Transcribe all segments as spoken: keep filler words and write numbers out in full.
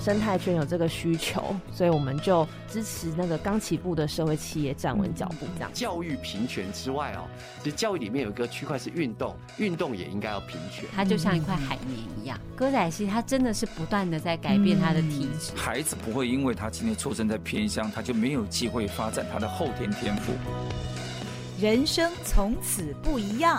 生态圈有这个需求，所以我们就支持那个刚起步的社会企业站稳脚步这样。 教育平权之外哦，其实教育里面有一个区块是运动，运动也应该要平权。 它就像一块海绵一样，歌仔戏它真的是不断的在改变它的体质。 嗯、孩子不会因为他今天出生在偏乡，他就没有机会发展他的后天天赋。 人生从此不一样。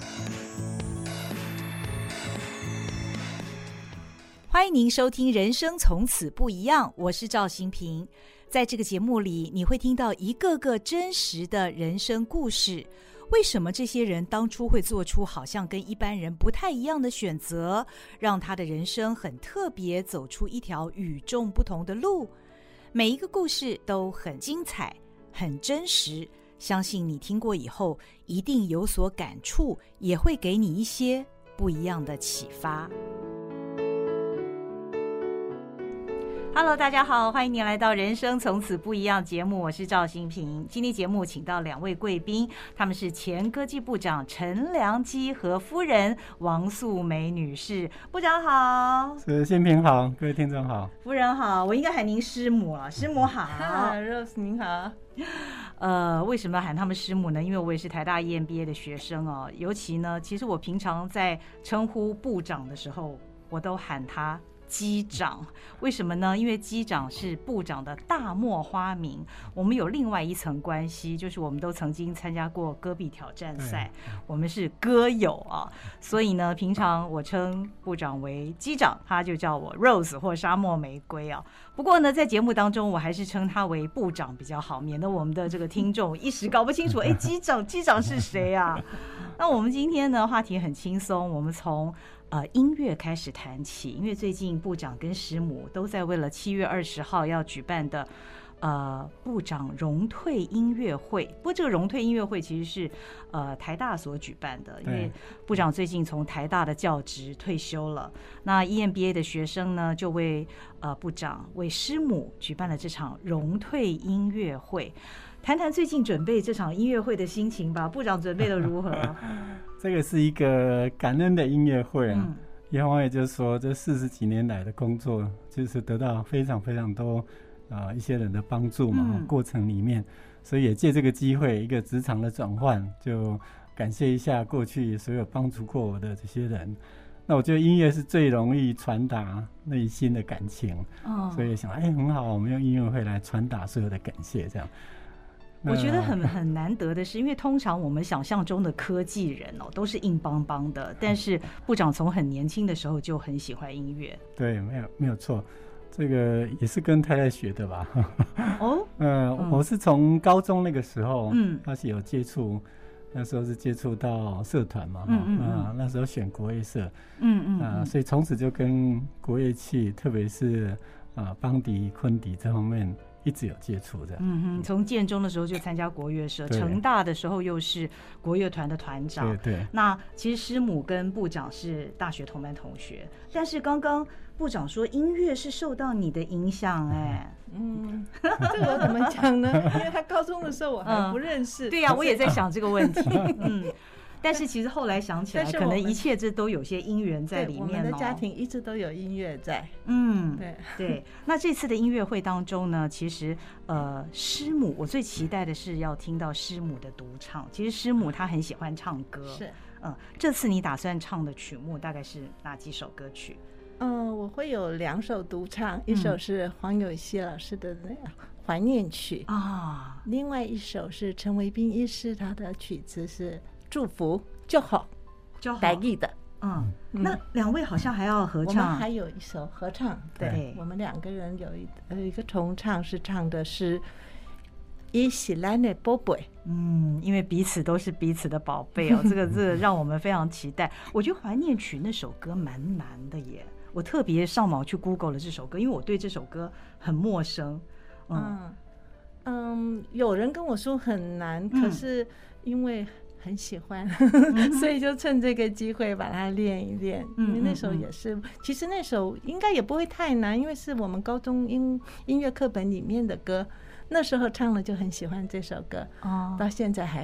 欢迎您收听《人生从此不一样》，我是赵心屏。在这个节目里，你会听到一个个真实的人生故事。为什么这些人当初会做出好像跟一般人不太一样的选择，让他的人生很特别，走出一条与众不同的路？每一个故事都很精彩，很真实。相信你听过以后，一定有所感触，也会给你一些不一样的启发。Hello， 大家好，欢迎您来到《人生从此不一样》节目，我是赵心屏。今天节目请到两位贵宾，他们是前科技部长陈良基和夫人王素梅女士。部长好。 是，心屏好，各位听众好。 夫人好，我应该喊您师母了，师母好。 Rose 您好。 呃，为什么喊他们师母呢？因为我也是台大 E M B A 的学生哦。尤其呢，其实我平常在称呼部长的时候，我都喊他机长。为什么呢？因为机长是部长的大漠花名，我们有另外一层关系，就是我们都曾经参加过戈壁挑战赛，我们是歌友啊。所以呢，平常我称部长为机长，他就叫我 Rose 或沙漠玫瑰啊。不过呢，在节目当中，我还是称他为部长比较好，免得我们的这个听众一时搞不清楚，哎，机长机长是谁啊？那我们今天呢，话题很轻松，我们从呃，音乐开始谈起，因为最近部长跟师母都在为了七月二十号要举办的呃部长荣退音乐会。不过这个荣退音乐会其实是呃台大所举办的，因为部长最近从台大的教职退休了。那 E M B A 的学生呢，就为呃部长为师母举办了这场荣退音乐会。谈谈最近准备这场音乐会的心情吧，部长准备的如何？ 这个是一个感恩的音乐会啊，一方面就是说这四十几年来的工作，就是得到非常非常多啊、呃、一些人的帮助嘛、嗯，过程里面，所以也借这个机会一个职场的转换，就感谢一下过去所有帮助过我的这些人。那我觉得音乐是最容易传达内心的感情，哦、所以想哎很好，我们用音乐会来传达所有的感谢，这样。 我觉得很很难得的是，因为通常我们想象中的科技人哦都是硬邦邦的，但是部长从很年轻的时候就很喜欢音乐。 对，没有没有错，这个也是跟太太学的吧？ 哦， 呃、嗯，我是从高中那个时候， 嗯， 开始有接触，那时候是接触到社团嘛， 嗯嗯嗯啊，那时候选国乐社， 嗯嗯啊，所以从此就跟国乐器，特别是啊邦笛、昆笛这方面。一直有接触的， 嗯哼，从建中的时候就参加国乐社，成大的时候又是国乐团的团长， 对对。 那其实师母跟部长是大学同班同学，但是刚刚部长说音乐是受到你的影响，哎， 嗯，这个我怎么讲呢？因为他高中的时候我还不认识， 嗯、对呀、啊，我也在想这个问题，嗯。但是其实后来想起来，可能一切这都有些因缘在里面、哦、 我们的家庭一直都有音乐在。 嗯， 对对。那这次的音乐会当中呢，其实呃，师母我最期待的是要听到师母的独唱。其实师母她很喜欢唱歌， 是嗯。这次你打算唱的曲目大概是哪几首歌曲？ 嗯、呃，我会有两首独唱，一首是黄友熙老师的那个怀念曲啊， 另外一首是陈维斌医师他的曲子是。祝福就好， 就好， 台语的， 嗯，那两位好像还要合唱， 我们还有一首合唱，对，对我们两个人有一呃一个重唱是唱的是《伊是咱的宝贝》， 嗯，因为彼此都是彼此的宝贝哦，这个这个让我们非常期待。我觉得怀念曲那首歌蛮难的耶，我特别上网去 Google 了这首歌，因为我对这首歌很陌生， 嗯嗯，有人跟我说很难，可是因为。很喜欢所以就趁这个机会把它练一练，因为那首也是其实那首应该也不会太难，因为是我们高中音音乐课本里面的歌，那时候唱了就很喜欢这首歌，到现在还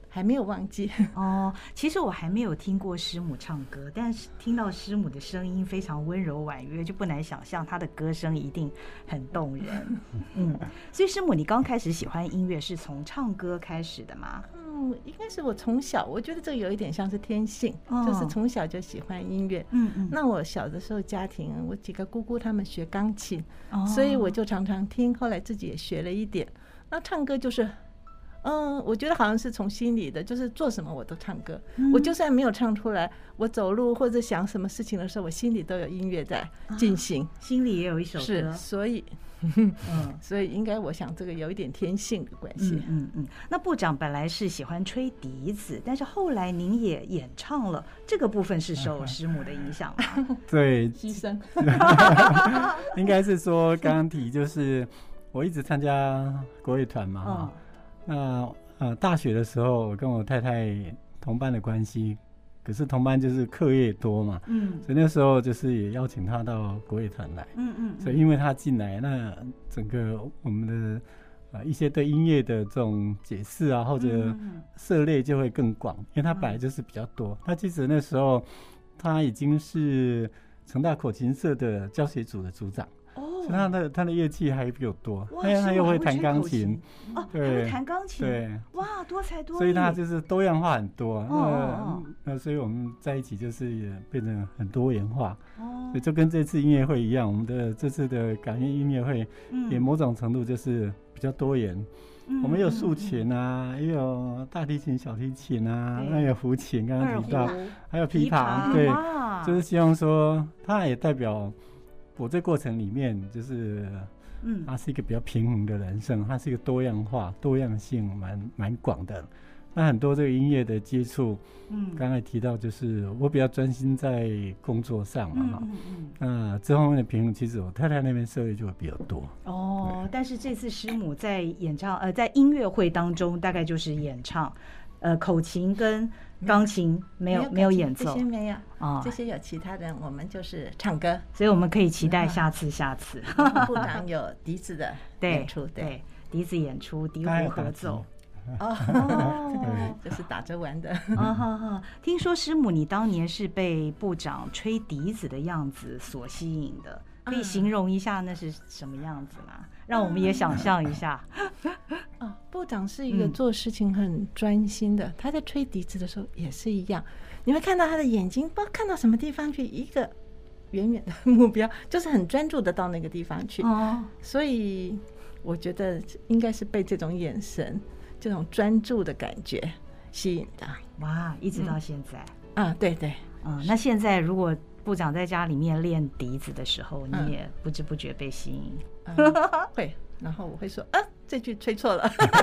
还没有忘记哦。其实我还没有听过师母唱歌，但是听到师母的声音非常温柔婉约，就不难想象她的歌声一定很动人。嗯，所以师母，你刚开始喜欢音乐是从唱歌开始的吗？ 嗯，应该是我从小，我觉得这个有一点像是天性，哦、就是从小就喜欢音乐。嗯嗯。那我小的时候家庭，我几个姑姑他们学钢琴，哦、所以我就常常听，后来自己也学了一点。那唱歌就是。嗯，我觉得好像是从心里的，就是做什么我都唱歌。嗯、我就算没有唱出来，我走路或者想什么事情的时候，我心里都有音乐在进行，啊、 心里也有一首歌。 是，所以，嗯，所以应该我想这个有一点天性的关系。 嗯嗯嗯。那部长本来是喜欢吹笛子，但是后来您也演唱了，这个部分是受师母的影响吗？ 对， 牺牲。 应该是说刚刚提就是我一直参加国乐团嘛。哦那呃，大学的时候，我跟我太太同班的关系，可是同班就是课业多嘛，嗯，所以那时候就是也邀请他到国乐团来，嗯嗯，所以因为他进来，那整个我们的呃一些对音乐的这种解释啊，或者涉猎就会更广，因为他本来就是比较多。他其实那时候他已经是成大口琴社的教学组的组长。他的他的乐器还比我多，他他又会弹钢琴， 哦，对，弹钢琴， 对， 哇，多才多艺， 所以他就是多样化很多。哦那那所以我们在一起就是也变成很多元化。哦，所以就跟这次音乐会一样，我们的这次的感乐音乐会也某种程度就是比较多元。嗯、我们有竖琴啊，也有大提琴、小提琴啊，那有胡琴，刚刚提到，还有琵琶，对，就是希望说它也代表。我这过程里面，就是，嗯，它是一个比较平衡的人生，它是一个多样化、多样性蛮蛮广的。那很多这个音乐的接触，嗯，刚才提到就是我比较专心在工作上嘛，嗯嗯嗯，那这方面的平衡，其实我太太那边涉猎就会比较多。 哦，但是这次师母在演唱，呃，在音乐会当中，大概就是演唱。呃，口琴跟钢琴没有没有演奏， 这些没有啊，这些有其他人，我们就是唱歌， 所以我们可以期待下次下次。 部长有笛子的演出，对， 笛子演出，笛胡合奏。 哦，就是打着玩的。 啊哈哈！听说师母你当年是被部长吹笛子的样子所吸引的，可以形容一下那是什么样子吗？让我们也想象一下。 哦，部长是一个做事情很专心的，嗯、他在吹笛子的时候也是一样，你会看到他的眼睛不知道看到什么地方去，一个远远的目标，就是很专注的到那个地方去。哦，所以我觉得应该是被这种眼神、这种专注的感觉吸引的。 哇，一直到现在。 嗯、啊，对对。 嗯，那现在如果部长在家里面练笛子的时候，你也不知不觉被吸引。 嗯、会，然后我会说啊，这句吹错了。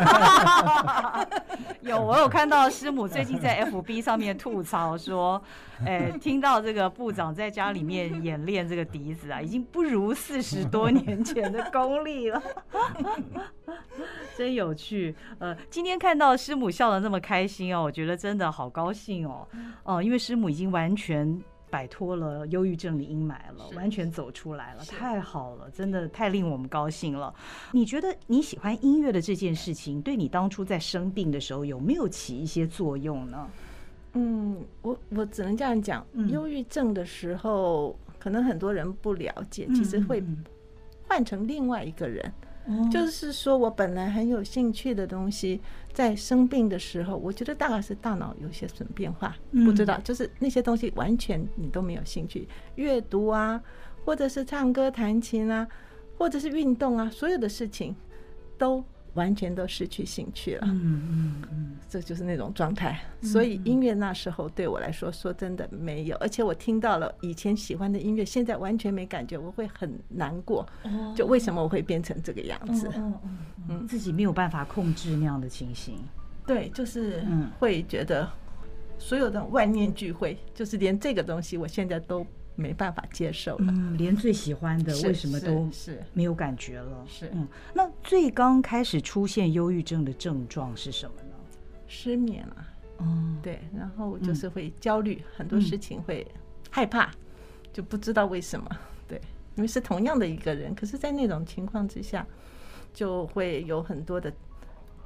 有，我有看到师母最近在 F B 上面吐槽说，哎，听到这个部长在家里面演练这个笛子啊，已经不如四十多年前的功力了。真有趣。呃，今天看到师母笑得那么开心哦，我觉得真的好高兴哦。哦、呃，因为师母已经完全摆脱了忧郁症的阴霾了，完全走出来了，太好了，真的太令我们高兴了。你觉得你喜欢音乐的这件事情，对你当初在生病的时候有没有起一些作用呢？ 嗯，我我只能这样讲，忧郁症的时候，可能很多人不了解，其实会换成另外一个人。嗯、就是说我本来很有兴趣的东西，在生病的时候，我觉得大概是大脑有些损变化，嗯、不知道，就是那些东西完全你都没有兴趣，阅读啊，或者是唱歌弹琴啊，或者是运动啊，所有的事情都完全都失去兴趣了。嗯嗯嗯，这就是那种状态。所以音乐那时候对我来说，说真的没有，而且我听到了以前喜欢的音乐，现在完全没感觉，我会很难过。哦、就为什么我会变成这个样子？ 嗯嗯嗯，自己没有办法控制那样的情形。 对，就是会觉得所有的万念俱灰，就是连这个东西我现在都没办法接受了。 嗯，连最喜欢的为什么都没有感觉了？是，嗯，那最刚开始出现忧郁症的症状是什么呢？ 失眠啊，嗯，对，然后就是会焦虑，嗯、很多事情会害怕，就不知道为什么。对，因为是同样的一个人，可是在那种情况之下，就会有很多的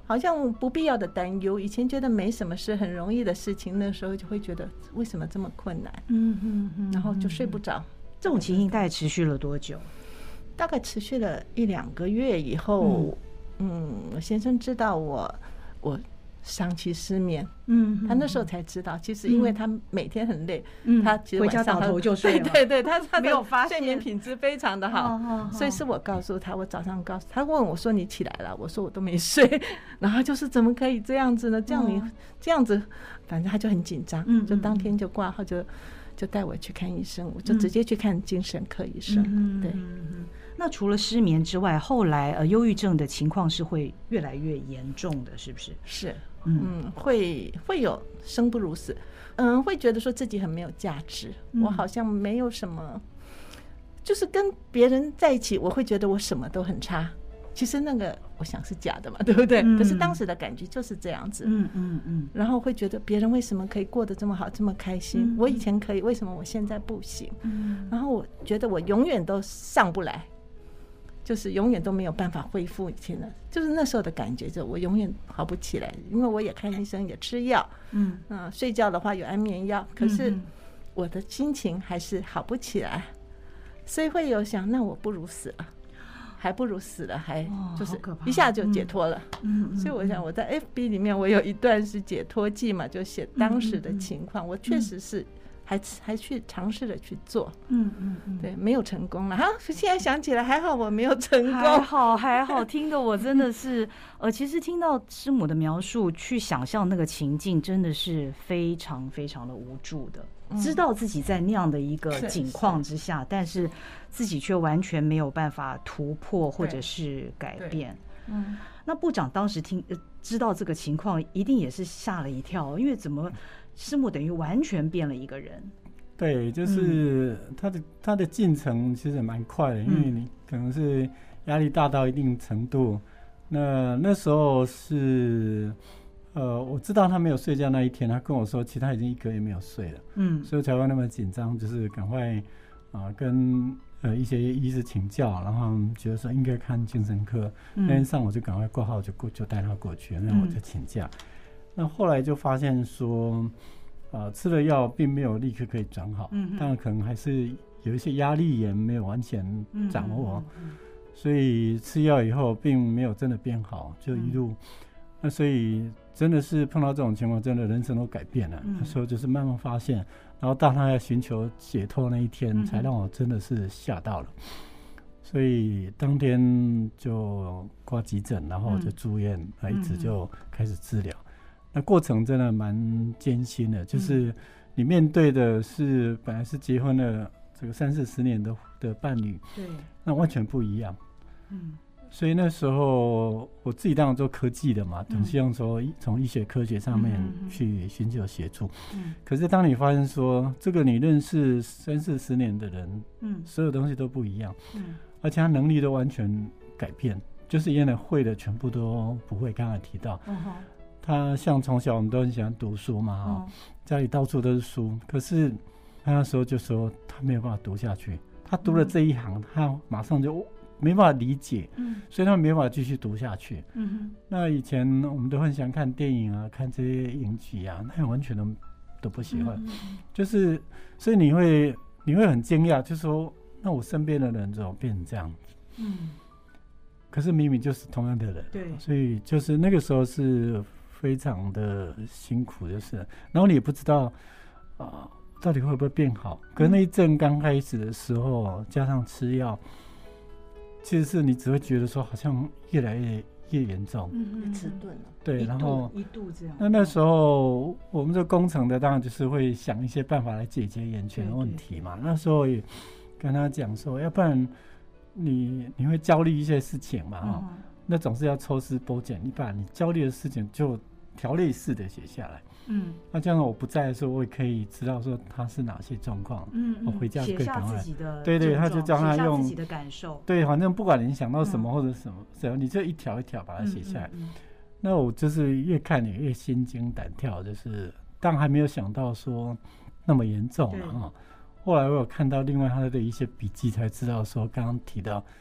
好像不必要的担忧。以前觉得没什么事，很容易的事情，那时候就会觉得为什么这么困难？嗯嗯嗯，然后就睡不着。 这种情形大概持续了多久？ 大概持续了一两个月以后，嗯，我先生知道我我长期失眠，嗯，他那时候才知道，其实因为他每天很累，嗯，他其实回家倒头就睡了， 对对对，他他没有发现睡眠品质非常的好，所以是我告诉他，我早上告诉他，问我说你起来了，我说我都没睡，然后就是怎么可以这样子呢？这样你这样子，反正他就很紧张，嗯，就当天就挂号就就带我去看医生，我就直接去看精神科医生，嗯、对。嗯那除了失眠之外，后来呃，忧郁症的情况是会越来越严重的，是不是？ 是，嗯，会会有生不如死，嗯，会觉得说自己很没有价值，嗯、我好像没有什么，就是跟别人在一起，我会觉得我什么都很差。其实那个我想是假的嘛，对不对？嗯、可是当时的感觉就是这样子，嗯嗯嗯，然后会觉得别人为什么可以过得这么好，这么开心？嗯、我以前可以，为什么我现在不行？嗯，然后我觉得我永远都上不来。就是永远都没有办法恢复以前的，就是那时候的感觉，就我永远好不起来，因为我也看医生，也吃药，嗯啊、呃，睡觉的话有安眠药，可是我的心情还是好不起来，所以会有想，那我不如死了，还不如死了，还就是一下就解脱了。嗯，所以我想我在 F B 里面，我有一段是解脱记嘛，就写当时的情况，我确实是。还还去尝试着去做，嗯嗯嗯，对，没有成功了哈。现在想起来还好，我没有成功， 还好还好。听得我真的是，呃，其实听到师母的描述，去想象那个情境，真的是非常非常的无助的。嗯、知道自己在那样的一个境况之下，是是但是自己却完全没有办法突破或者是改变。嗯，那部长当时听、呃、知道这个情况，一定也是吓了一跳，因为怎么？师母等于完全变了一个人， 对，就是他的、嗯、他的进程其实蛮快的，因为你可能是压力大到一定程度。那那时候是，呃，我知道他没有睡觉那一天，他跟我说，其实他已经一个月没有睡了，嗯，所以才会那么紧张，就是赶快啊、呃、跟呃一些医师请教，然后觉得说应该看精神科，嗯、那天上午就赶快挂号就过就带他过去，那我就请假。嗯那后来就发现说，呃，吃了药并没有立刻可以转好，嗯，当然可能还是有一些压力也没有完全掌握，嗯嗯嗯、所以吃药以后并没有真的变好，就一路，嗯、那所以真的是碰到这种情况，真的人生都改变了。嗯、那时候就是慢慢发现，然后到他要寻求解脱那一天，嗯、才让我真的是吓到了。所以当天就挂急诊，然后就住院，嗯、一直就开始治疗。那过程真的蛮艰辛的，就是你面对的是本来是结婚了这个三四十年的的伴侣，对，那完全不一样。嗯，所以那时候我自己当然做科技的嘛，总希望说从医学科学上面去寻求协助。嗯，可是当你发现说这个你认识三四十年的人，嗯，所有东西都不一样，嗯，而且他能力都完全改变，就是原来会的全部都不会。刚才提到。嗯他像从小我们都很喜欢读书嘛，哦，家里到处都是书，可是他那时候就说他没有办法读下去，他读了这一行，他马上就没办法理解，嗯，所以他没办法继续读下去。嗯，那以前我们都很喜欢看电影啊，看这些影集啊，他完全都都不喜欢，嗯，就是所以你会你会很惊讶，就说那我身边的人怎么变成这样子？嗯，可是明明就是同样的人，对，所以就是那个时候是非常的辛苦，就是，然后你也不知道啊，呃，到底会不会变好。可是那一阵刚开始的时候，加上吃药，其实是你只会觉得说好像越来越越严重， 嗯，迟钝了。 对，然后一度这样。 那那时候我们这工程的当然就是会想一些办法来解决眼前的问题嘛。那时候也跟他讲说，要不然你你会焦虑一些事情嘛，哦，嗯，那总是要抽丝剥茧，你把你焦虑的事情就条列式的写下来，嗯，那这样我不在的时候，我也可以知道说他是哪些状况，嗯，我回家就可以赶快， 写下自己的， 对对，他就叫他用自己的感受， 对，反正不管你想到什么或者什么，只要，嗯，你就一条一条把它写下来。嗯嗯嗯，那我就是越看你越心惊胆跳，就是当然还没有想到说那么严重了啊。后来我有看到另外他的一些笔记，才知道说刚刚提到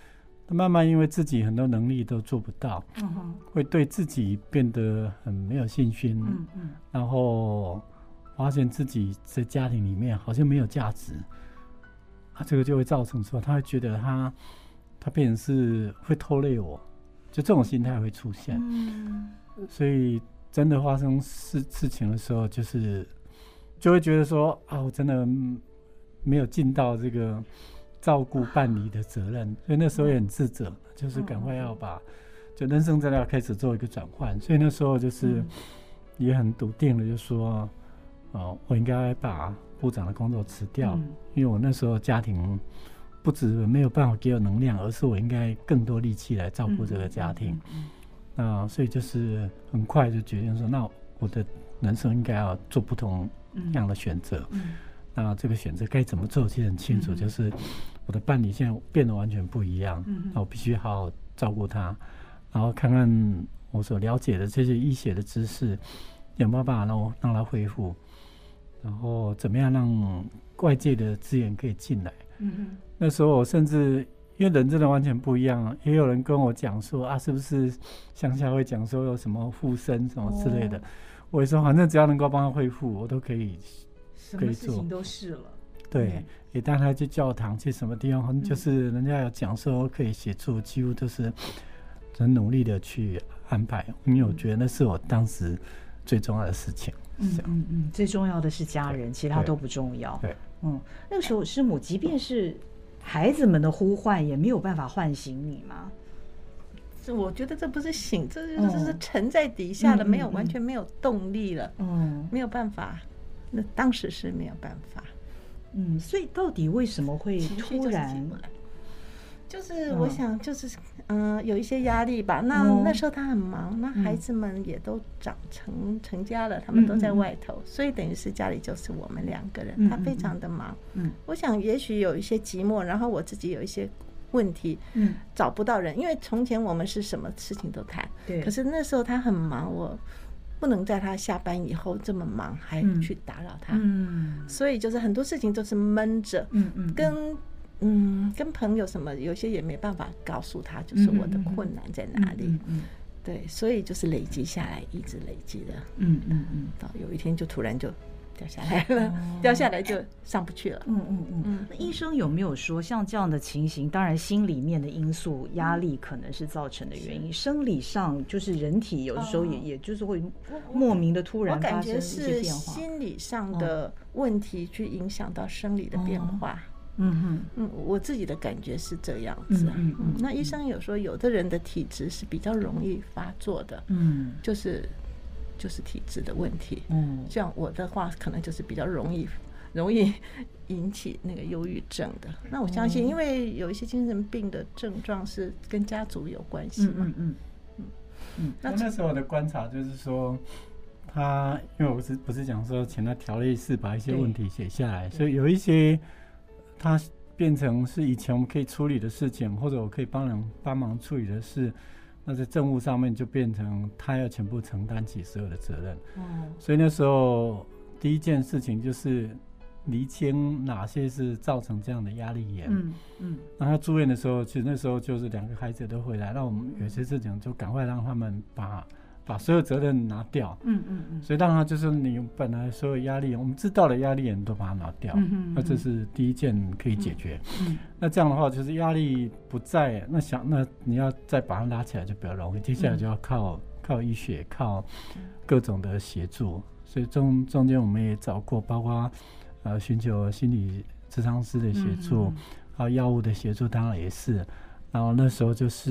慢慢因为自己很多能力都做不到， 嗯哼， 会对自己变得很没有信心， 嗯嗯， 然后发现自己在家庭里面好像没有价值，啊，这个就会造成说他会觉得他他变成是会拖累我，就这种心态会出现。 嗯， 所以真的发生事事情的时候，就是就会觉得说啊，我真的没有尽到这个照顾伴侣的责任，所以那时候也很自责，就是赶快要把就人生真的要开始做一个转换，所以那时候就是也很笃定的就说，哦，我应该把部长的工作辞掉，嗯、因为我那时候家庭不止没有办法给我能量，而是我应该更多力气来照顾这个家庭。嗯嗯嗯嗯那所以就是很快就决定说，那我的人生应该要做不同样的选择。嗯嗯、那这个选择该怎么做，其实很清楚，嗯、就是我的伴侣现在变得完全不一样，嗯、那我必须好好照顾他，然后看看我所了解的这些医学的知识有没有办法让我让他恢复，然后怎么样让外界的资源可以进来。嗯、那时候我甚至。因为人真的完全不一样，也有人跟我讲说啊，是不是乡下会讲说有什么附身什么之类的，哦、我也说反正只要能够帮他恢复，我都可以， 什么事情都试了。 对，嗯、也带他去教堂，去什么地方，嗯、就是人家有讲说可以协助，几乎都是很努力的去安排，因为我觉得那是我当时最重要的事情。 嗯嗯嗯，最重要的是家人，其他都不重要。 对， 嗯，那个时候师母，即便是孩子们的呼唤也没有办法唤醒你吗？ 这我觉得这不是醒，这就是沉在底下了，嗯、没有完全没有动力了，嗯，没有办法。那当时是没有办法， 嗯，所以到底为什么会突然？ 就是我想，就是嗯、呃，有一些压力吧。那、嗯、那时候他很忙，那孩子们也都长成成家了，他们都在外头，嗯、所以等于是家里就是我们两个人。嗯、他非常的忙。嗯，我想也许有一些寂寞，然后我自己有一些问题，嗯，找不到人，因为从前我们是什么事情都谈，对。可是那时候他很忙，我不能在他下班以后这么忙还去打扰他，嗯，所以就是很多事情都是闷着，嗯嗯，跟。嗯，跟朋友什么，有些也没办法告诉他，就是我的困难在哪里。嗯嗯，对，所以就是累积下来，一直累积的。嗯嗯嗯，到有一天就突然就掉下来了，哦、掉下来就上不去了。嗯嗯嗯嗯。 那医生有没有说，像这样的情形，当然心里面的因素、压力可能是造成的原因，生理上就是人体有的时候也、哦、也就是会莫名的突然发生一些变化。 我感觉是心理上的问题去影响到生理的变化。哦嗯哼，嗯，我自己的感觉是这样子啊。嗯, 嗯, 嗯，那医生有说，有的人的体质是比较容易发作的，嗯，就是就是体质的问题。嗯，像我的话，可能就是比较容易容易引起那个忧郁症的。那我相信，因为有一些精神病的症状是跟家族有关系嘛。嗯嗯嗯嗯。那那时候我的观察就是说，他因为我是不是讲说，请他条列式把一些问题写下来，所以有一些。它变成是以前我们可以处理的事情，或者我可以帮人帮忙处理的事，那在政务上面就变成他要全部承担起所有的责任。嗯，所以那时候第一件事情就是厘清哪些是造成这样的压力源。嗯嗯。然后他住院的时候，其实那时候就是两个孩子都回来，那我们有些事情就赶快让他们把。把所有责任拿掉，嗯嗯嗯，所以让他就是你本来所有压力，我们知道的压力源都把它拿掉，嗯嗯，那这是第一件可以解决。嗯，嗯那这样的话就是压力不在，那想那你要再把它拉起来就比较容易，接下来就要靠、嗯、靠医学，靠各种的协助。所以中中间我们也找过，包括呃寻求心理咨商师的协助，还有药物的协助，当然也是。然后那时候就是。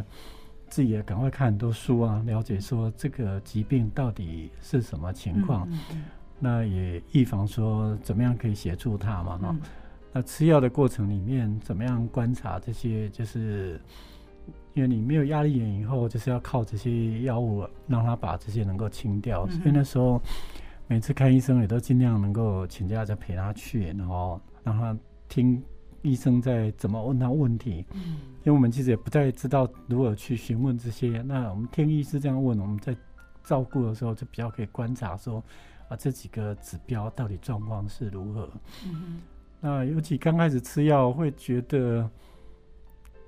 自己也赶快看很多书啊，了解说这个疾病到底是什么情况，嗯嗯嗯、那也预防说怎么样可以协助他嘛。嗯、那吃药的过程里面怎么样观察这些，就是因为你没有压力源以后，就是要靠这些药物让他把这些能够清掉。嗯、所以那时候每次看医生也都尽量能够请假再陪他去，然后让他听。医生在怎么问他问题，嗯，因为我们其实也不太知道如何去询问这些。那我们听医师这样问，我们在照顾的时候就比较可以观察说，啊，这几个指标到底状况是如何。嗯，那尤其刚开始吃药，会觉得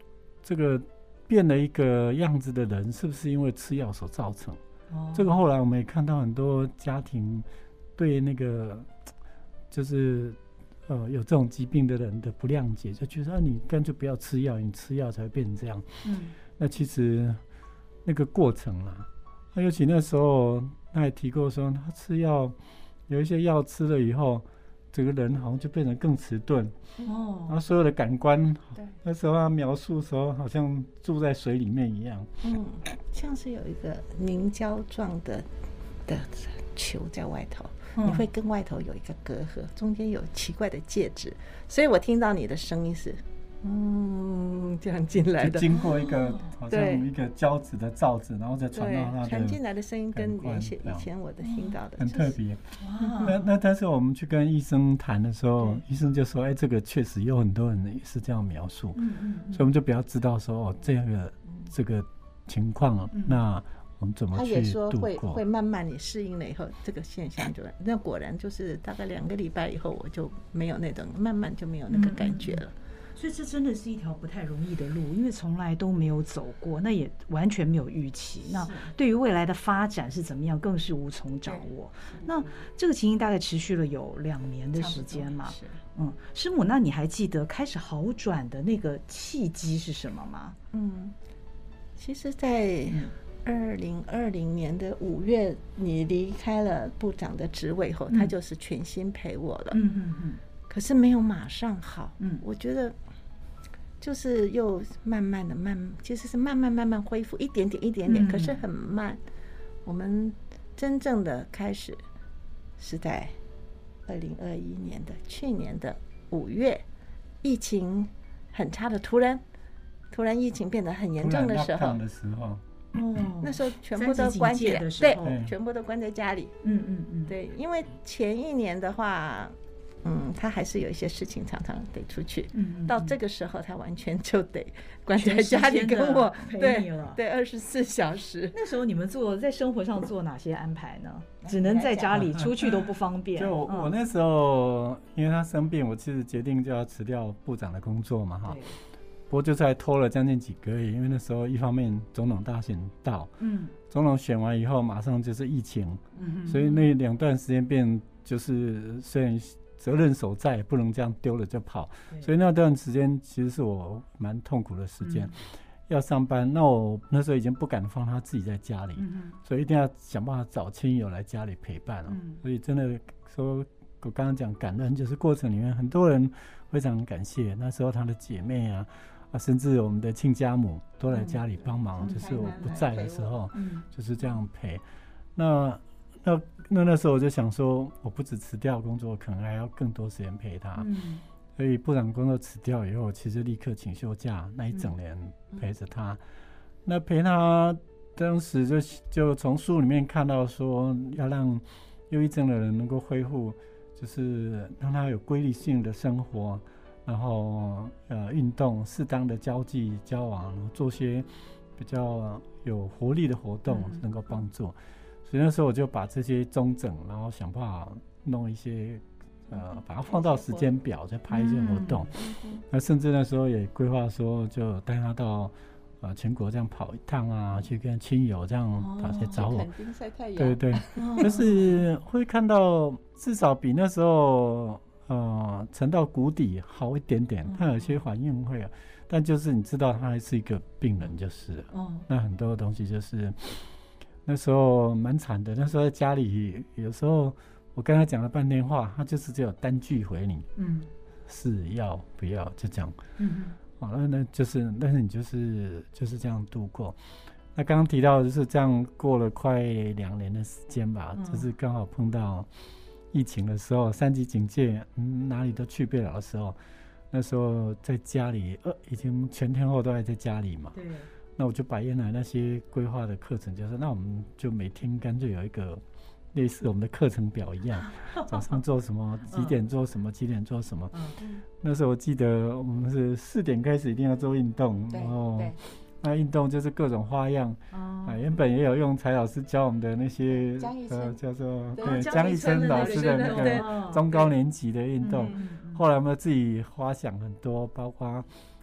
这个变了一个样子的人，是不是因为吃药所造成？哦，这个后来我们也看到很多家庭对那个就是呃有这种疾病的人的不谅解，就觉得、啊、你干脆不要吃药，你吃药才会变成这样。嗯，那其实那个过程啦，那尤其那时候他也提过说，他吃药有一些药吃了以后，整个人好像就变得更迟钝。哦，然后所有的感官，那时候他描述的时候，好像住在水里面一样。 嗯，像是有一个凝胶状的的球在外头，嗯、你会跟外头有一个隔阂，中间有奇怪的介质，所以我听到你的声音是。嗯，这样进来的， 经过一个好像一个胶质的罩子，然后再传到它的传进来的声音跟原先以前我的听到的、 嗯、很特别。那那但是我们去跟医生谈的时候，医生就说：“哎，这个确实有很多人也是这样描述。嗯嗯”所以我们就比较知道说哦，这个这个情况，嗯、那我们怎么去度过？他也说会会慢慢你适应了以后，这个现象就那果然就是大概两个礼拜以后，我就没有那种慢慢就没有那个感觉了。嗯嗯， 所以这真的是一条不太容易的路，因为从来都没有走过，那也完全没有预期。那对于未来的发展是怎么样，更是无从掌握。那这个情形大概持续了有两年的时间嘛？嗯，师母，那你还记得开始好转的那个契机是什么吗？ 嗯，其实，在二零二零年的五月，你离开了部长的职位后，嗯、他就是全心陪我了。嗯嗯嗯。可是没有马上好，嗯，我觉得就是又慢慢的慢，其实是慢慢慢慢恢复，一点点一点点，嗯、可是很慢。我们真正的开始是在二零二一年的去年的五月，疫情很差的，突然突然疫情变得很严重的时候， 的时候， 哦，那时候全部都关起来，对，全部都关在家里，嗯嗯嗯，对，因为前一年的话。嗯，他还是有一些事情常常得出去，嗯嗯，到这个时候他完全就得关在家里跟我陪你了， 对，二十四小时。 那时候你们做在生活上做哪些安排呢？只能在家里，出去都不方便。 就我、嗯、我那时候因为他生病，我其实决定就要辞掉部长的工作嘛，哈。不过就是还拖了将近几个月，因为那时候一方面总统大选到，嗯，总统选完以后马上就是疫情，嗯，所以那两段时间变就是虽然。责任所在，不能这样丢了就跑，所以那段时间其实是我蛮痛苦的时间、嗯。要上班，那我那时候已经不敢放他自己在家里，嗯、所以一定要想办法找亲友来家里陪伴了、哦嗯。所以真的说，我刚刚讲感恩，就是过程里面很多人非常感谢，那时候他的姐妹啊，啊甚至我们的亲家母都来家里帮忙、嗯，就是我不在的时候，嗯、就是这样陪。那那那那时候我就想说，我不止辞掉工作，可能还要更多时间陪他。嗯、所以部长工作辞掉以后，其实立刻请休假，那一整年陪着他。嗯、那陪他当时就就从书里面看到说，要让忧郁症的人能够恢复，就是让他有规律性的生活，然后呃运动，适当的交际交往，做些比较有活力的活动，能够帮助。嗯所以那时候我就把这些中整，然后想办法弄一些，呃，把它放到时间表，再拍一些活动。嗯、那甚至那时候也规划说，就带他到呃全国这样跑一趟啊，去跟亲友这样跑去找我。 垦丁晒太阳。 对对，就是会看到至少比那时候呃沉到谷底好一点点。他有些反应会，但就是你知道他还是一个病人，就是了。哦。那很多东西就是。那时候蛮惨的，那时候在家里，有时候我跟他讲了半天话，他就是只有单句回你，嗯，是要不要就这样，嗯，好，那那就是，但是你就是就是这样度过。那刚刚提到就是这样过了快两年的时间吧，嗯、就是刚好碰到疫情的时候，三级警戒，嗯，哪里都去不了的时候，那时候在家里，呃，已经全天候都还在家里嘛，对。那我就把原来那些规划的课程，就是那我们就每天干脆有一个类似我们的课程表一样，早上做什么，几点做什么，几点做什么。嗯、那时候我记得我们是四点开始一定要做运动，然后那运动就是各种花样。哦、啊，原本也有用蔡老师教我们的那些呃叫做对江一琛老师的那个中高年级的运动，嗯、后来我们自己花想很多，包括。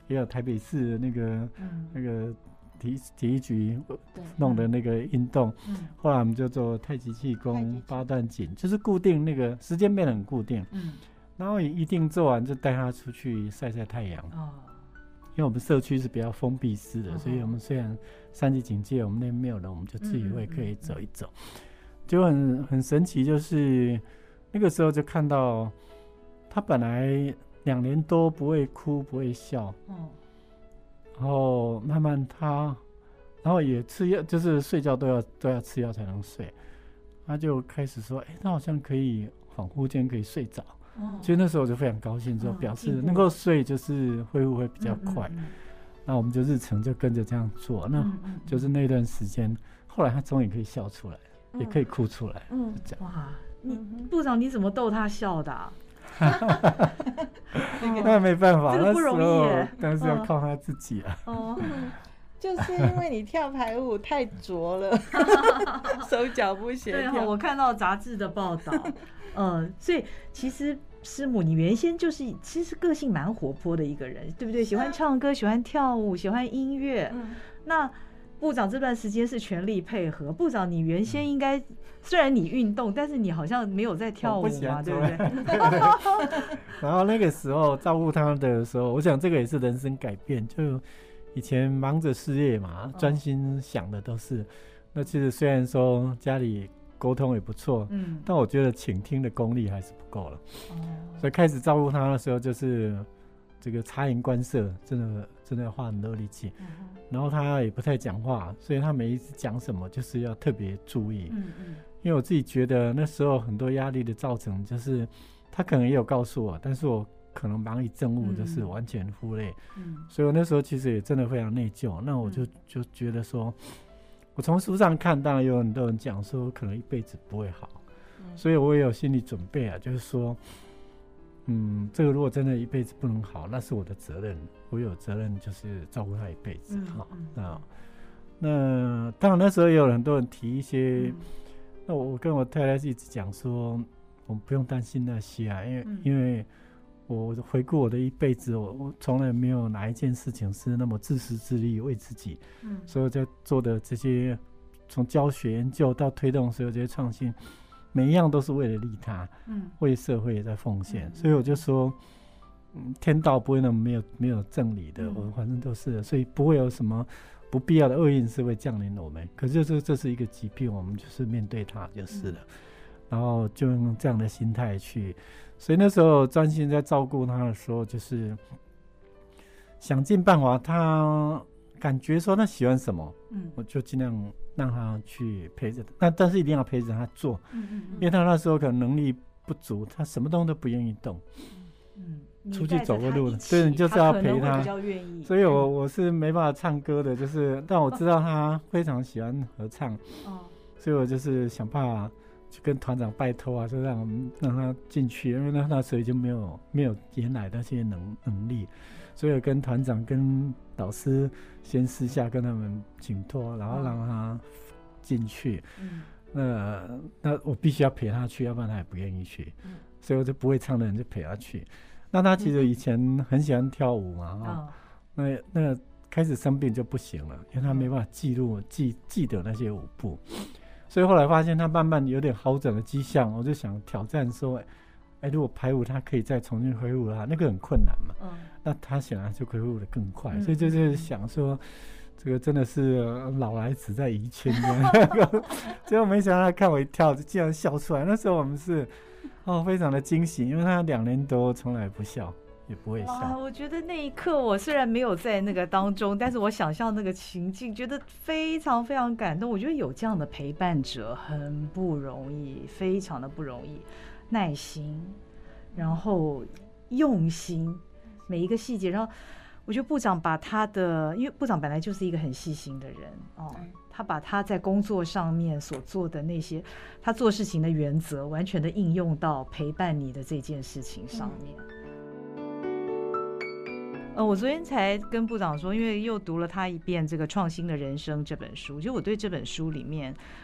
也有台北市那个、嗯、那个体体育局弄的那个运动，嗯、后来我们就做太极气功、八段锦，就是固定那个时间变得很固定。嗯，然后一定做完就带他出去晒晒太阳。哦，因为我们社区是比较封闭式的，哦、所以我们虽然三级警戒，我们那边没有人，我们就自己会可以走一走。嗯嗯嗯，就很很神奇，就是那个时候就看到他本来两年多不会哭不会笑。嗯，然后慢慢他，然后也吃药，就是睡觉都要都要吃药才能睡。他就开始说：“哎、欸，他好像可以恍惚间可以睡着。”哦，所以那时候我就非常高兴，就表示能够睡就是恢复会比较快。嗯嗯嗯，那我们就日程就跟着这样做，那就是那段时间，后来他终于可以笑出来，嗯、也可以哭出来。嗯，这样。 哇，你部长你怎么逗他笑的、啊？ 那没办法， 这个不容易耶， 但是要靠他自己啊。 哦，就是因为你跳排舞太拙了，手脚不协调。 对，我看到杂志的报道，嗯，所以其实师母你原先就是其实个性蛮活泼的一个人，对不对？喜欢唱歌，喜欢跳舞，喜欢音乐。嗯、那部长这段时间是全力配合。部长，你原先应该、嗯、虽然你运动，但是你好像没有在跳舞嘛，对不对？ 然后那个时候照顾他的时候，我想这个也是人生改变。就以前忙着事业嘛，专心想的都是。哦、那其实虽然说家里沟通也不错，嗯，但我觉得倾听的功力还是不够了。哦，所以开始照顾他的时候，就是这个察言观色，真的真的要花很多力气。嗯，然后他也不太讲话，所以他每一次讲什么就是要特别注意。嗯嗯，因为我自己觉得那时候很多压力的造成，就是他可能也有告诉我，但是我可能忙于政务，就是完全忽略。嗯，所以我那时候其实也真的非常内疚。那我就就觉得说，我从书上看，当然有很多人讲说可能一辈子不会好，嗯、所以我也有心理准备啊，就是说，嗯，这个如果真的一辈子不能好，那是我的责任，我有责任就是照顾他一辈子。好、嗯嗯哦，那那当然那时候也有很多人提一些，嗯、那我跟我太太一直讲说，我们不用担心那些啊，因为、嗯、因为我回顾我的一辈子，我我从来没有哪一件事情是那么自私自利为自己，嗯，所以我在做的这些，从教学研究到推动所有这些创新，每一样都是为了利他，嗯，为社会也在奉献，嗯、所以我就说，嗯，天道不会那么没有没有正理的，嗯、我反正都是，所以不会有什么不必要的厄运是会降临我们。可是这这是一个疾病，我们就是面对它就是了，嗯、然后就用这样的心态去。所以那时候专心在照顾他的时候，就是想尽办法，他感觉说他喜欢什么，嗯，我就尽量让他去陪着他。那但是一定要陪着他做，嗯嗯嗯，因为他那时候可能能力不足，他什么东西都不愿意动，嗯，出去走个路，对，你就是要陪他。他所以我我是没办法唱歌的，就是但我知道他非常喜欢合唱，哦，所以我就是想办法。就跟团长拜托啊，就让我们让他进去，因为那那时候已经没有没有原来那些能能力，所以我跟团长跟老师先私下跟他们请托，然后让他进去。嗯，那那我必须要陪他去，要不然他也不愿意去。嗯，所以我就不会唱的人就陪他去。那他其实以前很喜欢跳舞嘛，哦，那那开始生病就不行了，因为他没办法记录记记得那些舞步。所以后来发现他慢慢有点好转的迹象，我就想挑战说，哎、欸，如果排舞他可以再重新恢复的话，那个很困难嘛。嗯。那他显然就恢复的更快，嗯、所以就是想说，这个真的是老来只在宜亲的。结果没想到他看我一跳，就竟然笑出来。那时候我们是哦非常的惊喜，因为他两年多从来不笑。也不会笑。 我觉得那一刻我虽然没有在那个当中，但是我想象那个情境，觉得非常非常感动。我觉得有这样的陪伴者很不容易，非常的不容易，耐心，然后用心，每一个细节。然后我觉得部长把他的，因为部长本来就是一个很细心的人哦，他把他在工作上面所做的那些，他做事情的原则，完全的应用到陪伴你的这件事情上面。嗯呃，我昨天才跟部长说，因为又读了他一遍这个《创新的人生》这本书，就我对这本书里面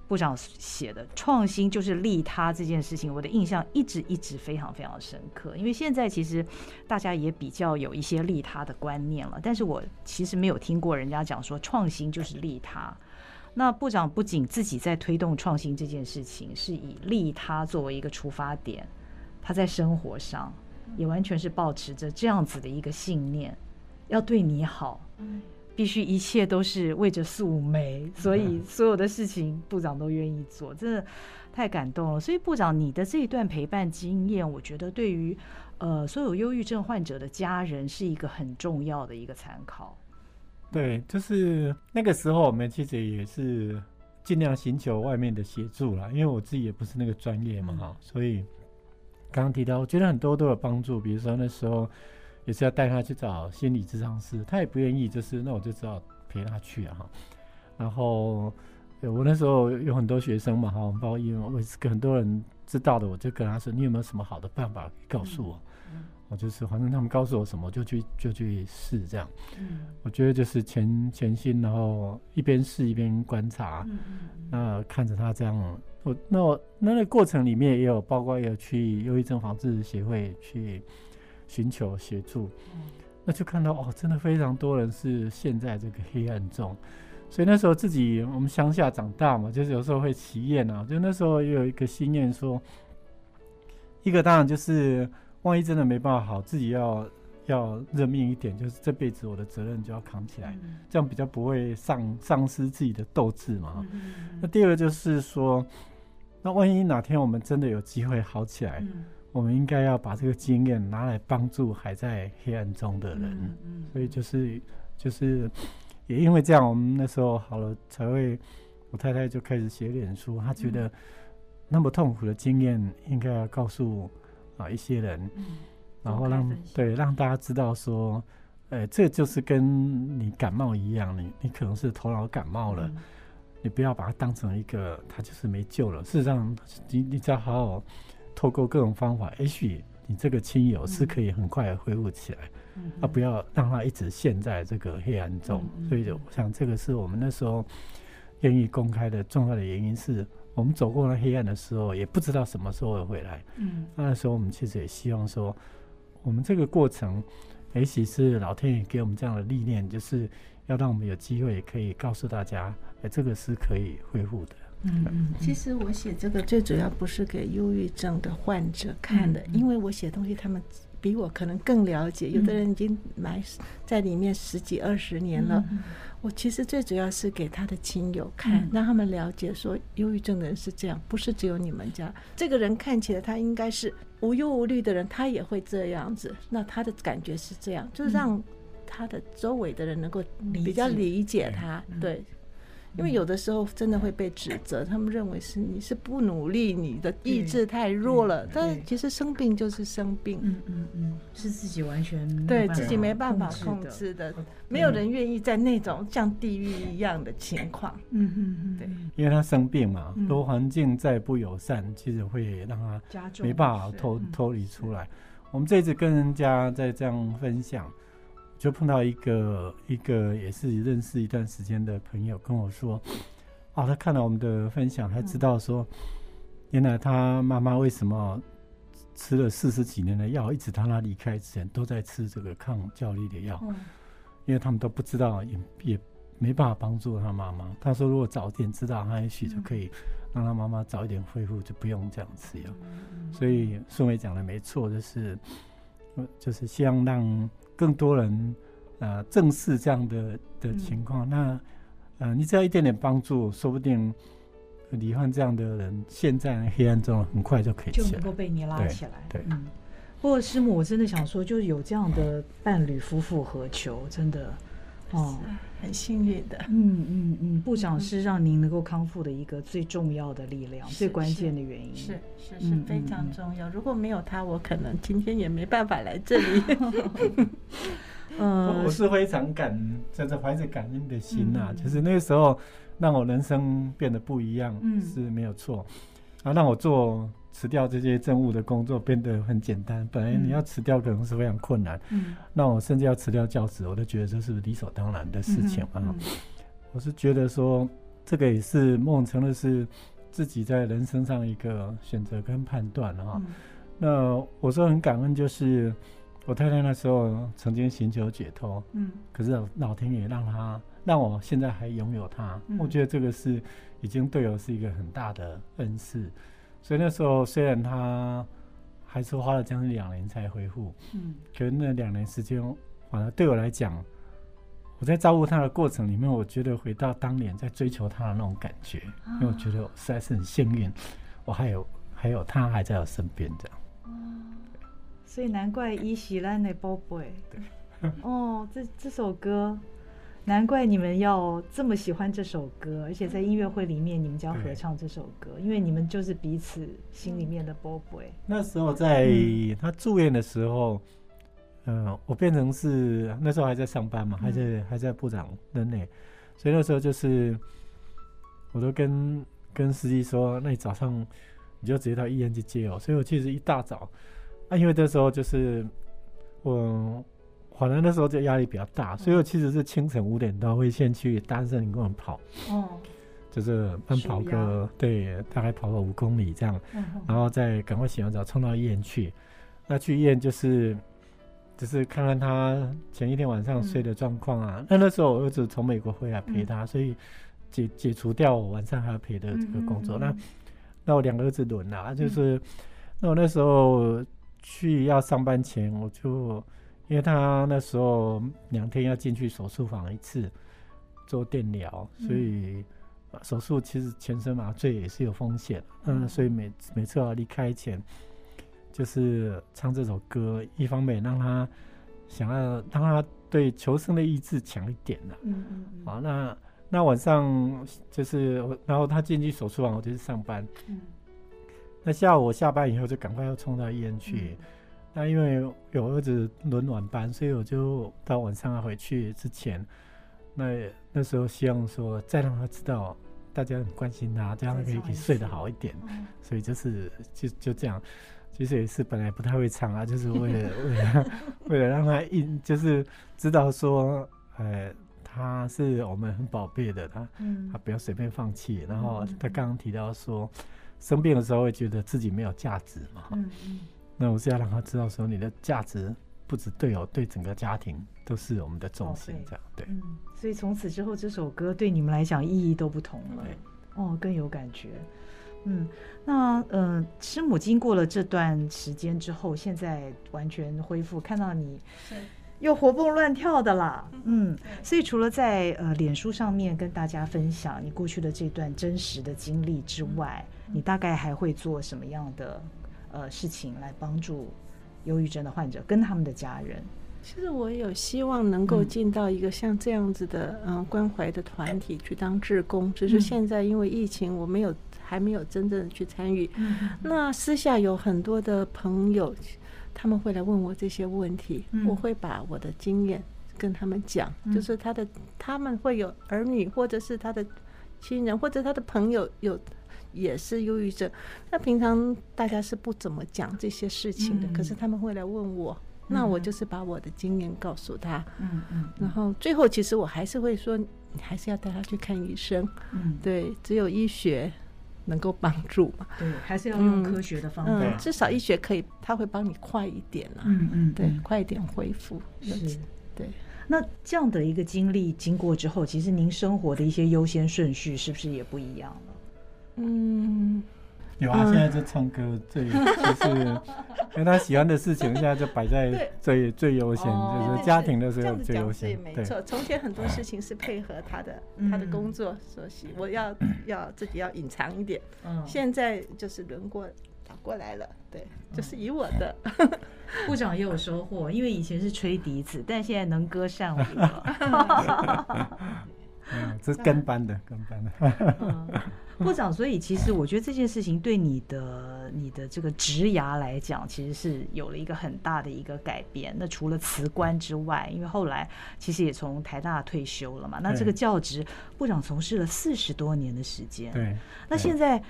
部长写的创新就是利他这件事情，我的印象一直一直非常非常深刻。因为现在其实大家也比较有一些利他的观念了，但是我其实没有听过人家讲说创新就是利他。那部长不仅自己在推动创新这件事情是以利他作为一个出发点，他在生活上也完全是抱持着这样子的一个信念，要对你好，必须一切都是为着素美，所以所有的事情部长都愿意做，真的太感动了。所以部长，你的这一段陪伴经验，我觉得对于呃所有忧郁症患者的家人是一个很重要的一个参考。 对，就是那个时候我们其实也是尽量寻求外面的协助啦，因为我自己也不是那个专业嘛，嗯、所以刚刚提到，我觉得很多都有帮助。比如说那时候也是要带他去找心理咨商师，他也不愿意，就是那我就只好陪他去啊。然后我那时候有很多学生嘛，哈，包括因为我是很多人知道的，我就跟他说：“你有没有什么好的办法告诉我？”嗯嗯、我就是反正他们告诉我什么，我就去就去试这样。嗯、我觉得就是全全心，然后一边试一边观察，嗯嗯、那看着他这样。我那我那个过程里面也有包括也有去忧郁症防治协会去寻求协助，那就看到哦，真的非常多人是陷在这个黑暗中。所以那时候自己我们乡下长大嘛，就是有时候会祈愿啊，就那时候也有一个心愿说，一个当然就是万一真的没办法好，自己要要认命一点，就是这辈子我的责任就要扛起来，嗯、这样比较不会丧丧失自己的斗志嘛。嗯、那第二个就是说，那万一哪天我们真的有机会好起来，嗯、我们应该要把这个经验拿来帮助还在黑暗中的人。嗯嗯、所以就是就是也因为这样，我们那时候好了，才会我太太就开始写脸书，她觉得那么痛苦的经验应该要告诉啊一些人。嗯，然后让对让大家知道说，呃，这就是跟你感冒一样，你你可能是头脑感冒了，嗯、你不要把它当成一个它就是没救了。事实上，你你只要好好透过各种方法，也许你这个亲友是可以很快的恢复起来，嗯、啊，不要让他一直陷在这个黑暗中。嗯、所以我想，这个是我们那时候愿意公开的重要的原因是。我们走过了黑暗的时候，也不知道什么时候会回来。嗯，那时候我们其实也希望说，我们这个过程，也许是老天爷给我们这样的历练，就是要让我们有机会，也可以告诉大家，哎，这个是可以恢复的。 嗯嗯，其实我写这个最主要不是给忧郁症的患者看的，嗯、因为我写东西他们比我可能更了解，有的人已经埋在里面十几二十年了。嗯、我其实最主要是给他的亲友看，嗯、让他们了解说忧郁症的人是这样，不是只有你们家这个人看起来他应该是无忧无虑的人，他也会这样子，那他的感觉是这样，就是让他的周围的人能够比较理解他。嗯、对。因为有的时候真的会被指责，他们认为是你是不努力，你的意志太弱了。但其实生病就是生病， 嗯嗯嗯，是自己完全对自己没办法控制的，没有人愿意在那种像地狱一样的情况。嗯嗯嗯，对， 因为他生病嘛，如果环境再不友善，其实会让他没办法脱脱离出来。我们这次跟人家在这样分享。就碰到一个一个也是认识一段时间的朋友跟我说，啊，他看到我们的分享，才知道说，原来他妈妈为什么吃了四十几年的药，一直到他离开之前都在吃这个抗焦虑的药，嗯、因为他们都不知道，也也没办法帮助他妈妈。他说，如果早点知道，他也许就可以让他妈妈早一点恢复，就不用这样吃药。嗯、所以顺伟讲的没错，就是就是希望让。更多人呃正视这样的的情况，嗯、那呃你只要一点点帮助，说不定罹患这样的人陷在黑暗中，很快就可以起来， 就能够被你拉起来。 对，对嗯。不过师母，我真的想说，就是有这样的伴侣夫复何求，真的哦，很幸运的。 嗯嗯嗯，部长是让您能够康复的一个最重要的力量，最关键的原因。 是是 是, 是非常重要。嗯嗯嗯如果没有他，我可能今天也没办法来这里。 嗯，我是非常感，就是怀着感恩的心啊，嗯、就是那个时候让我人生变得不一样，嗯、是没有错。啊，让我做辞掉这些政务的工作变得很简单。本来你要辞掉可能是非常困难，嗯，那我甚至要辞掉教职，我都觉得这是理所当然的事情啊。嗯嗯、我是觉得说， 这个也是某种程度是自己在人生上一个选择跟判断哈、嗯。那我说很感恩，就是我太太那时候曾经寻求解脱，嗯，可是老天爷让她让我现在还拥有她、嗯，我觉得这个是已经对我是一个很大的恩赐。所以那时候虽然她还是花了将近两年才恢复，嗯，可是那两年时间，反而对我来讲，我在照顾她的过程里面，我觉得回到当年在追求她的那种感觉，啊、因为我觉得我实在是很幸运，我还有还有她还在我身边这样。 所以难怪伊喜兰的宝贝，哦，这这首歌，难怪你们要这么喜欢这首歌，而且在音乐会里面你们将合唱这首歌，因为你们就是彼此心里面的宝贝。 那时候在他住院的时候，嗯、呃，我变成是那时候还在上班嘛，还在、嗯、还在部长任内，所以那时候就是我都跟跟司机说，那你早上你就直接到医院去接我，所以我其实一大早。啊，因为那时候就是我，反正那时候就压力比较大，所以我其实是清晨五点多会先去大安森林公园跑，哦，就是慢跑个对，大概跑个五公里这样，嗯、然后再赶快洗完澡冲到医院去。那去医院就是就是看看他前一天晚上睡的状况啊。嗯、那那时候我儿子从美国回来陪他，嗯、所以解解除掉我晚上还要陪的这个工作。嗯嗯嗯那那我两个儿子轮啊，就是、嗯、那我那时候。去要上班前，我就因为他那时候两天要进去手术房一次做电疗，所以手术其实全身麻醉也是有风险。嗯，所以每每次要离开前，就是唱这首歌，一方面让他想要让他对求生的意志强一点了。嗯嗯嗯。好，那那晚上就是然后他进去手术房，我就去上班。嗯。那下午我下班以后就赶快要冲到医院去，嗯、那因为有儿子轮晚班，所以我就到晚上要回去之前，那那时候希望说再让他知道大家很关心他，这样可以可以睡得好一点，嗯、所以就是就就这样，其实也是本来不太会唱啊，就是为了为了为了让他一就是知道说，呃，他是我们很宝贝的，他、嗯、他不要随便放弃。然后他刚刚提到说。生病的时候会觉得自己没有价值嘛，嗯嗯，那我是要让他知道说你的价值不只对我，对整个家庭都是我们的重心，这样对。 嗯，所以从此之后这首歌对你们来讲意义都不同了，对，哦，更有感觉。嗯，那呃，师母经过了这段时间之后，现在完全恢复，看到你又活蹦乱跳的啦，嗯，所以除了在呃脸书上面跟大家分享你过去的这段真实的经历之外，你大概还会做什么样的呃事情来帮助忧郁症的患者跟他们的家人？ 其实我有希望能够进到一个像这样子的嗯、呃、关怀的团体去当志工，只是现在因为疫情我没有还没有真正的去参与。嗯、那私下有很多的朋友他们会来问我这些问题，嗯、我会把我的经验跟他们讲，嗯、就是他的他们会有儿女或者是他的亲人或者他的朋友有也是忧郁症，那平常大家是不怎么讲这些事情的，嗯、可是他们会来问我，嗯、那我就是把我的经验告诉他，嗯嗯，然后最后其实我还是会说，你还是要带他去看医生，嗯，对，只有医学能够帮助嘛， 对，还是要用科学的方法， 嗯嗯、至少医学可以，他会帮你快一点啊，嗯嗯，对，快一点恢复，是，对。 那这样的一个经历经过之后，其实您生活的一些优先顺序是不是也不一样了？ 嗯， 有啊，嗯、现在就唱歌最就是因为他喜欢的事情，现在就摆在最最优先，哦、就是家庭的时候最优先。 没错，从前很多事情是配合他的、嗯、他的工作所需，我要要自己要隐藏一点。嗯，现在就是轮过倒过来了，对，就是以我的。 部长也有收获，因为以前是吹笛子，但现在能歌善舞了。 嗯，这是跟班的，跟班的。 嗯，部长，所以其实我觉得这件事情对你的你的这个职涯来讲，其实是有了一个很大的一个改变。那除了辞官之外，因为后来其实也从台大退休了嘛，那这个教职部长从事了四十多年的时间。 对， 那现在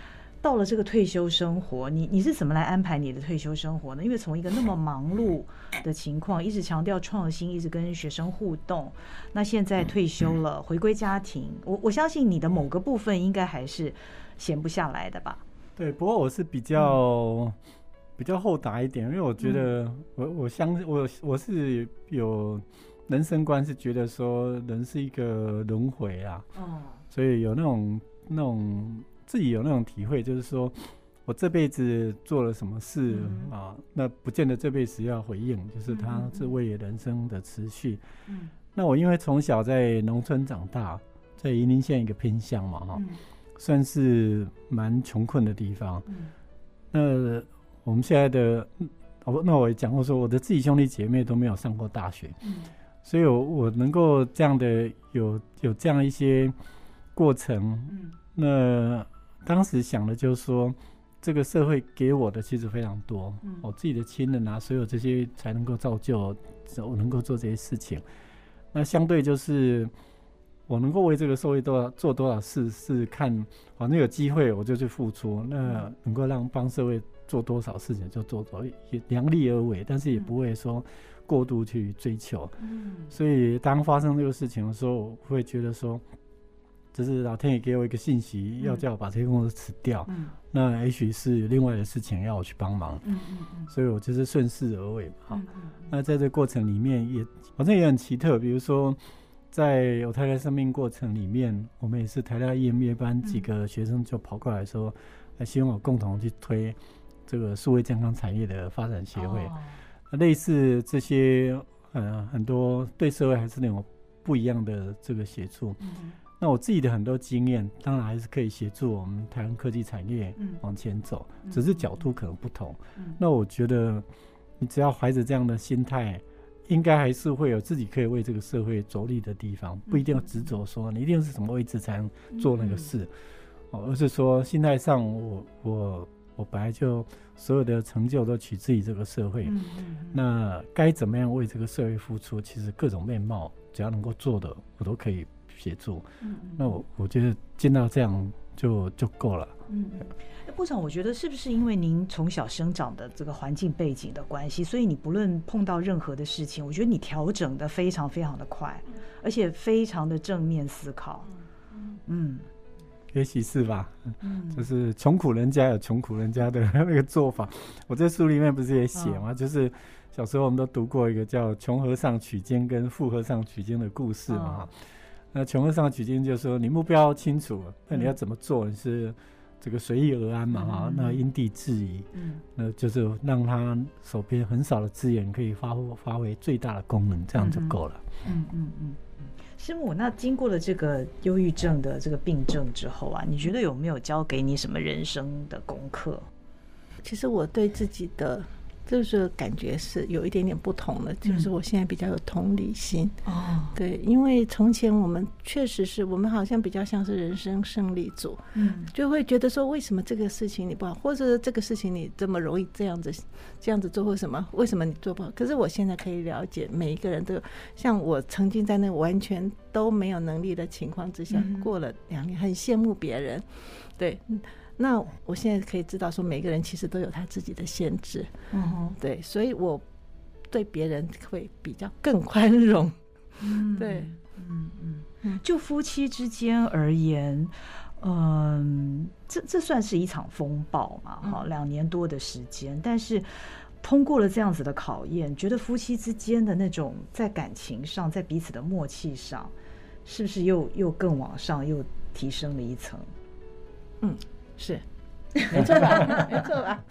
到了这个退休生活，你你是怎么来安排你的退休生活呢？因为从一个那么忙碌的情况，一直强调创新，一直跟学生互动，那现在退休了，回归家庭，我我相信你的某个部分应该还是闲不下来的吧？ 对，不过我是比较、嗯、比较厚打一点，因为我觉得我我相我我是有人生观，是觉得说人是一个轮回啊，哦，所以有那种那种自己有那种体会，就是说我这辈子做了什么事、嗯、啊，那不见得这辈子要回应，就是它是为人生的持续。嗯，那我因为从小在农村长大，在宜林县一个偏乡嘛，哈、嗯。算是蛮穷困的地方。嗯，那我们现在的，那我也讲过说，我的自己兄弟姐妹都没有上过大学。嗯，所以我我能够这样的有有这样一些过程。嗯，那当时想的就是说，这个社会给我的其实非常多。嗯，我自己的亲人啊，所有这些才能够造就我能够做这些事情。那相对就是。我能够为这个社会多少做多少事，是看反正有机会我就去付出，那能够让帮社会做多少事情就做多少，也量力而为，但是也不会说过度去追求。嗯，所以当发生这个事情的时候，我会觉得说，这是老天爷给我一个信息，要叫我把这些工作辞掉。嗯，那也许是有另外的事情要我去帮忙。嗯嗯嗯，所以我就是顺势而为嘛。好，嗯嗯，那在这个过程里面也反正也很奇特，比如说。在我太太生命过程里面，我们也是台大 E M B A 班几个学生就跑过来说，嗯、希望我共同去推这个数位健康产业的发展协会。哦、类似这些呃很多对社会还是那种不一样的这个协助。嗯、那我自己的很多经验，当然还是可以协助我们台湾科技产业往前走，嗯、只是角度可能不同。嗯、那我觉得你只要怀着这样的心态。应该还是会有自己可以为这个社会着力的地方，不一定要执着说你一定是什么位置才能做那个事，嗯哦、而是说心态上我我我本来就所有的成就都取自于这个社会，嗯嗯、那该怎么样为这个社会付出，其实各种面貌只要能够做的我都可以协助，嗯、那我我觉得见到这样就就够了。 嗯，部长，我觉得是不是因为您从小生长的这个环境背景的关系，所以你不论碰到任何的事情，我觉得你调整的非常非常的快，而且非常的正面思考。嗯， 也许是吧。嗯，就是穷苦人家有穷苦人家的那个做法。我在书里面不是也写吗？哦、就是小时候我们都读过一个叫穷和尚取经跟富和尚取经的故事嘛。哦、那穷和尚取经就是说你目标清楚，那你要怎么做？你是这个随遇而安嘛，哈、嗯，那因地制宜，嗯，那就是让他手边很少的资源可以发挥发挥最大的功能，这样就够了。 嗯嗯嗯嗯。师母，那经过了这个忧郁症的这个病症之后啊，你觉得有没有教给你什么人生的功课？ 其实我对自己的就是感觉是有一点点不同的，就是我现在比较有同理心。哦，对，因为从前我们确实是我们好像比较像是人生胜利组，嗯，就会觉得说为什么这个事情你不好，或者这个事情你这么容易这样子这样子做，或什么为什么你做不好？可是我现在可以了解每一个人都像我曾经在那完全都没有能力的情况之下，嗯、过了两年，很羡慕别人，对。那我现在可以知道说每个人其实都有他自己的限制，嗯，对，所以我对别人会比较更宽容，嗯，对， 嗯嗯，就夫妻之间而言，嗯，这这算是一场风暴嘛，哈、嗯，两年多的时间，但是通过了这样子的考验，觉得夫妻之间的那种在感情上，在彼此的默契上，是不是又又更往上，又提升了一层？ 嗯。是，没错吧？没错吧？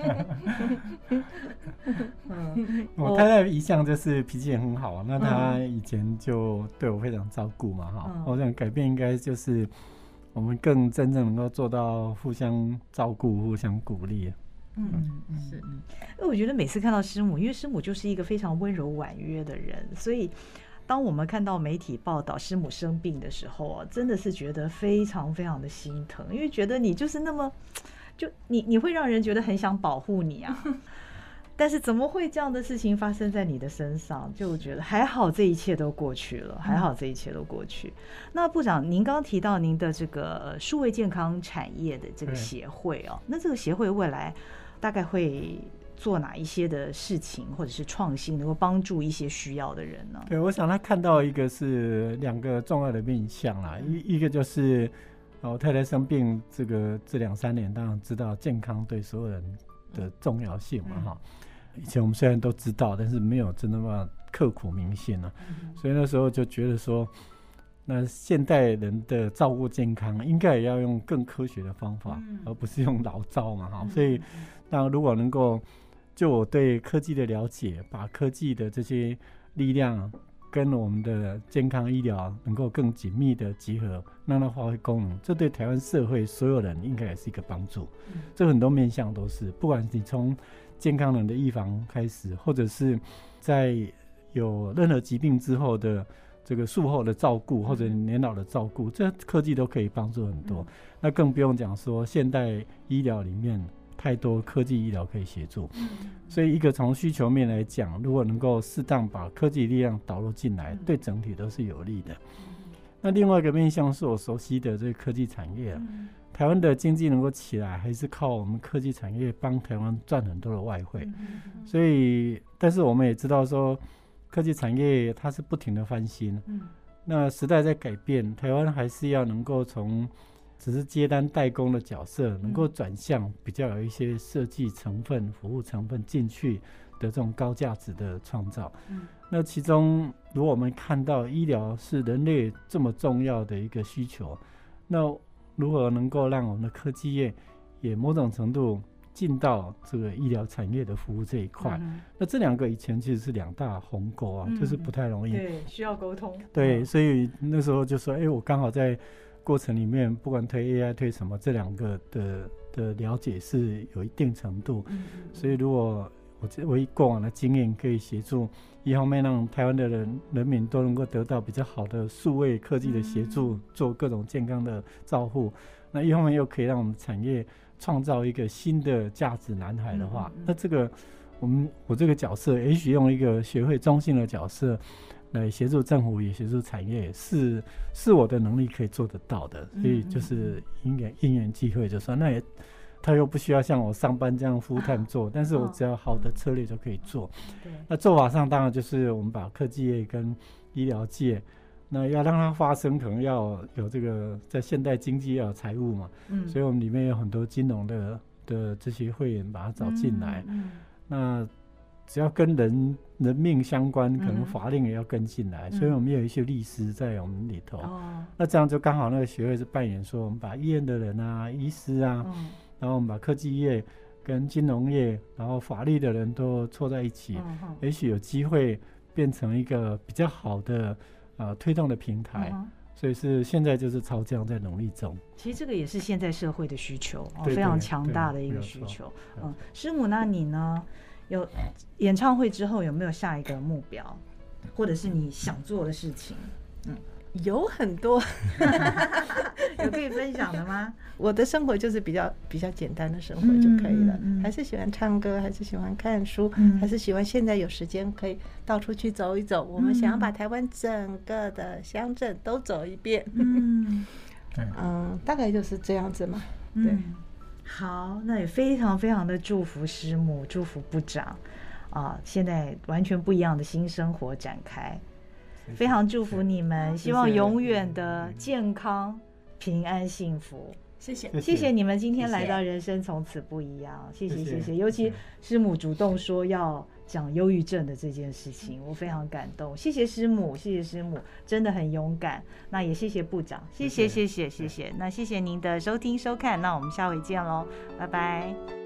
嗯，我太太一向就是脾气也很好，那她以前就对我非常照顾嘛，哈、嗯。我想改变应该就是我们更真正能够做到互相照顾、互相鼓励。 嗯嗯，是。因为我觉得每次看到师母，因为师母就是一个非常温柔婉约的人，所以。当我们看到媒体报道师母生病的时候啊，真的是觉得非常非常的心疼，因为觉得你就是那么，就你你会让人觉得很想保护你啊。 但是怎么会这样的事情发生在你的身上？就觉得还好，这一切都过去了，还好这一切都过去。那部长，您刚刚提到您的这个数位健康产业的这个协会哦，那这个协会未来大概会做哪一些的事情，或者是创新，能够帮助一些需要的人呢？ 对，我想他看到一个是两个重要的面向啦，一一个就是我太太生病，这个这两三年当然知道健康对所有人的重要性嘛哈。以前我们虽然都知道，但是没有真的嘛刻骨铭心啊。所以那时候就觉得说，那现代人的照顾健康应该也要用更科学的方法，而不是用老招嘛哈。所以，那如果能够就我对科技的了解，把科技的这些力量跟我们的健康医疗能够更紧密的结合，让它发挥功能，这对台湾社会所有人应该也是一个帮助。嗯、这很多面向都是，不管你从健康人的预防开始，或者是在有任何疾病之后的这个术后的照顾，或者年老的照顾，这科技都可以帮助很多。嗯、那更不用讲说现代医疗里面太多科技医疗可以协助，所以一个从需求面来讲，如果能够适当把科技力量导入进来，对整体都是有利的。那另外一个面向是我熟悉的这个科技产业啊，台湾的经济能够起来，还是靠我们科技产业帮台湾赚很多的外汇。所以，但是我们也知道说，科技产业它是不停的翻新，那时代在改变，台湾还是要能够从只是接单代工的角色，能够转向比较有一些设计成分、服务成分进去的这种高价值的创造。嗯、那其中，如果我们看到医疗是人类这么重要的一个需求，那如何能够让我们的科技业也某种程度进到这个医疗产业的服务这一块？嗯、那这两个以前其实是两大鸿沟啊，嗯、就是不太容易。 对，需要沟通。 对，所以那时候就说，哎，我刚好在过程里面，不管推 A I 推什么，这两个的的了解是有一定程度，嗯、所以如果我我以过往的经验可以协助，一方面让台湾的人人民都能够得到比较好的数位科技的协助，嗯、做各种健康的照护，那一方面又可以让我们产业创造一个新的价值蓝海的话，嗯、那这个我们我这个角色也许用一个学会中性的角色来协助政府，也协助产业，是是我的能力可以做得到的，所以就是因缘因缘际会，就说那也他又不需要像我上班这样 full time 做，啊、但是我只要好的策略就可以做。嗯、那做法上当然就是我们把科技业跟医疗界，那要让它发生，可能要有这个在现代经济要有财务嘛，嗯、所以我们里面有很多金融的的这些会员把它找进来，嗯嗯、那只要跟人人命相关，可能法令也要跟进来，嗯、所以我们也有一些律师在我们里头。哦、那这样就刚好那个学会是扮演说，我们把医院的人啊、医师啊，嗯、然后我们把科技业跟金融业，然后法律的人都凑在一起，嗯、也许有机会变成一个比较好的呃推动的平台。嗯、所以是现在就是朝这样在努力中。 其实这个也是现在社会的需求，哦、非常强大的一个需求。嗯，师母，那你呢？有演唱会之后有没有下一个目标，或者是你想做的事情？ 嗯，有很多， 有可以分享的吗？ 我的生活就是比较比较简单的生活就可以了，嗯嗯嗯、还是喜欢唱歌，还是喜欢看书，嗯、还是喜欢现在有时间可以到处去走一走。我们想要把台湾整个的乡镇都走一遍。嗯嗯，大概就是这样子嘛。对。嗯， 好，那也非常非常的祝福师母，祝福部长啊！现在完全不一样的新生活展开，非常祝福你们，希望永远的健康、平安、幸福。 谢谢， 谢谢你们今天来到人生从此不一样，谢谢谢谢，尤其师母主动说要讲忧郁症的这件事情，我非常感动，谢谢师母，谢谢师母，真的很勇敢。那也谢谢部长，谢谢谢谢谢谢，那谢谢您的收听收看，那我们下回见喽，拜拜。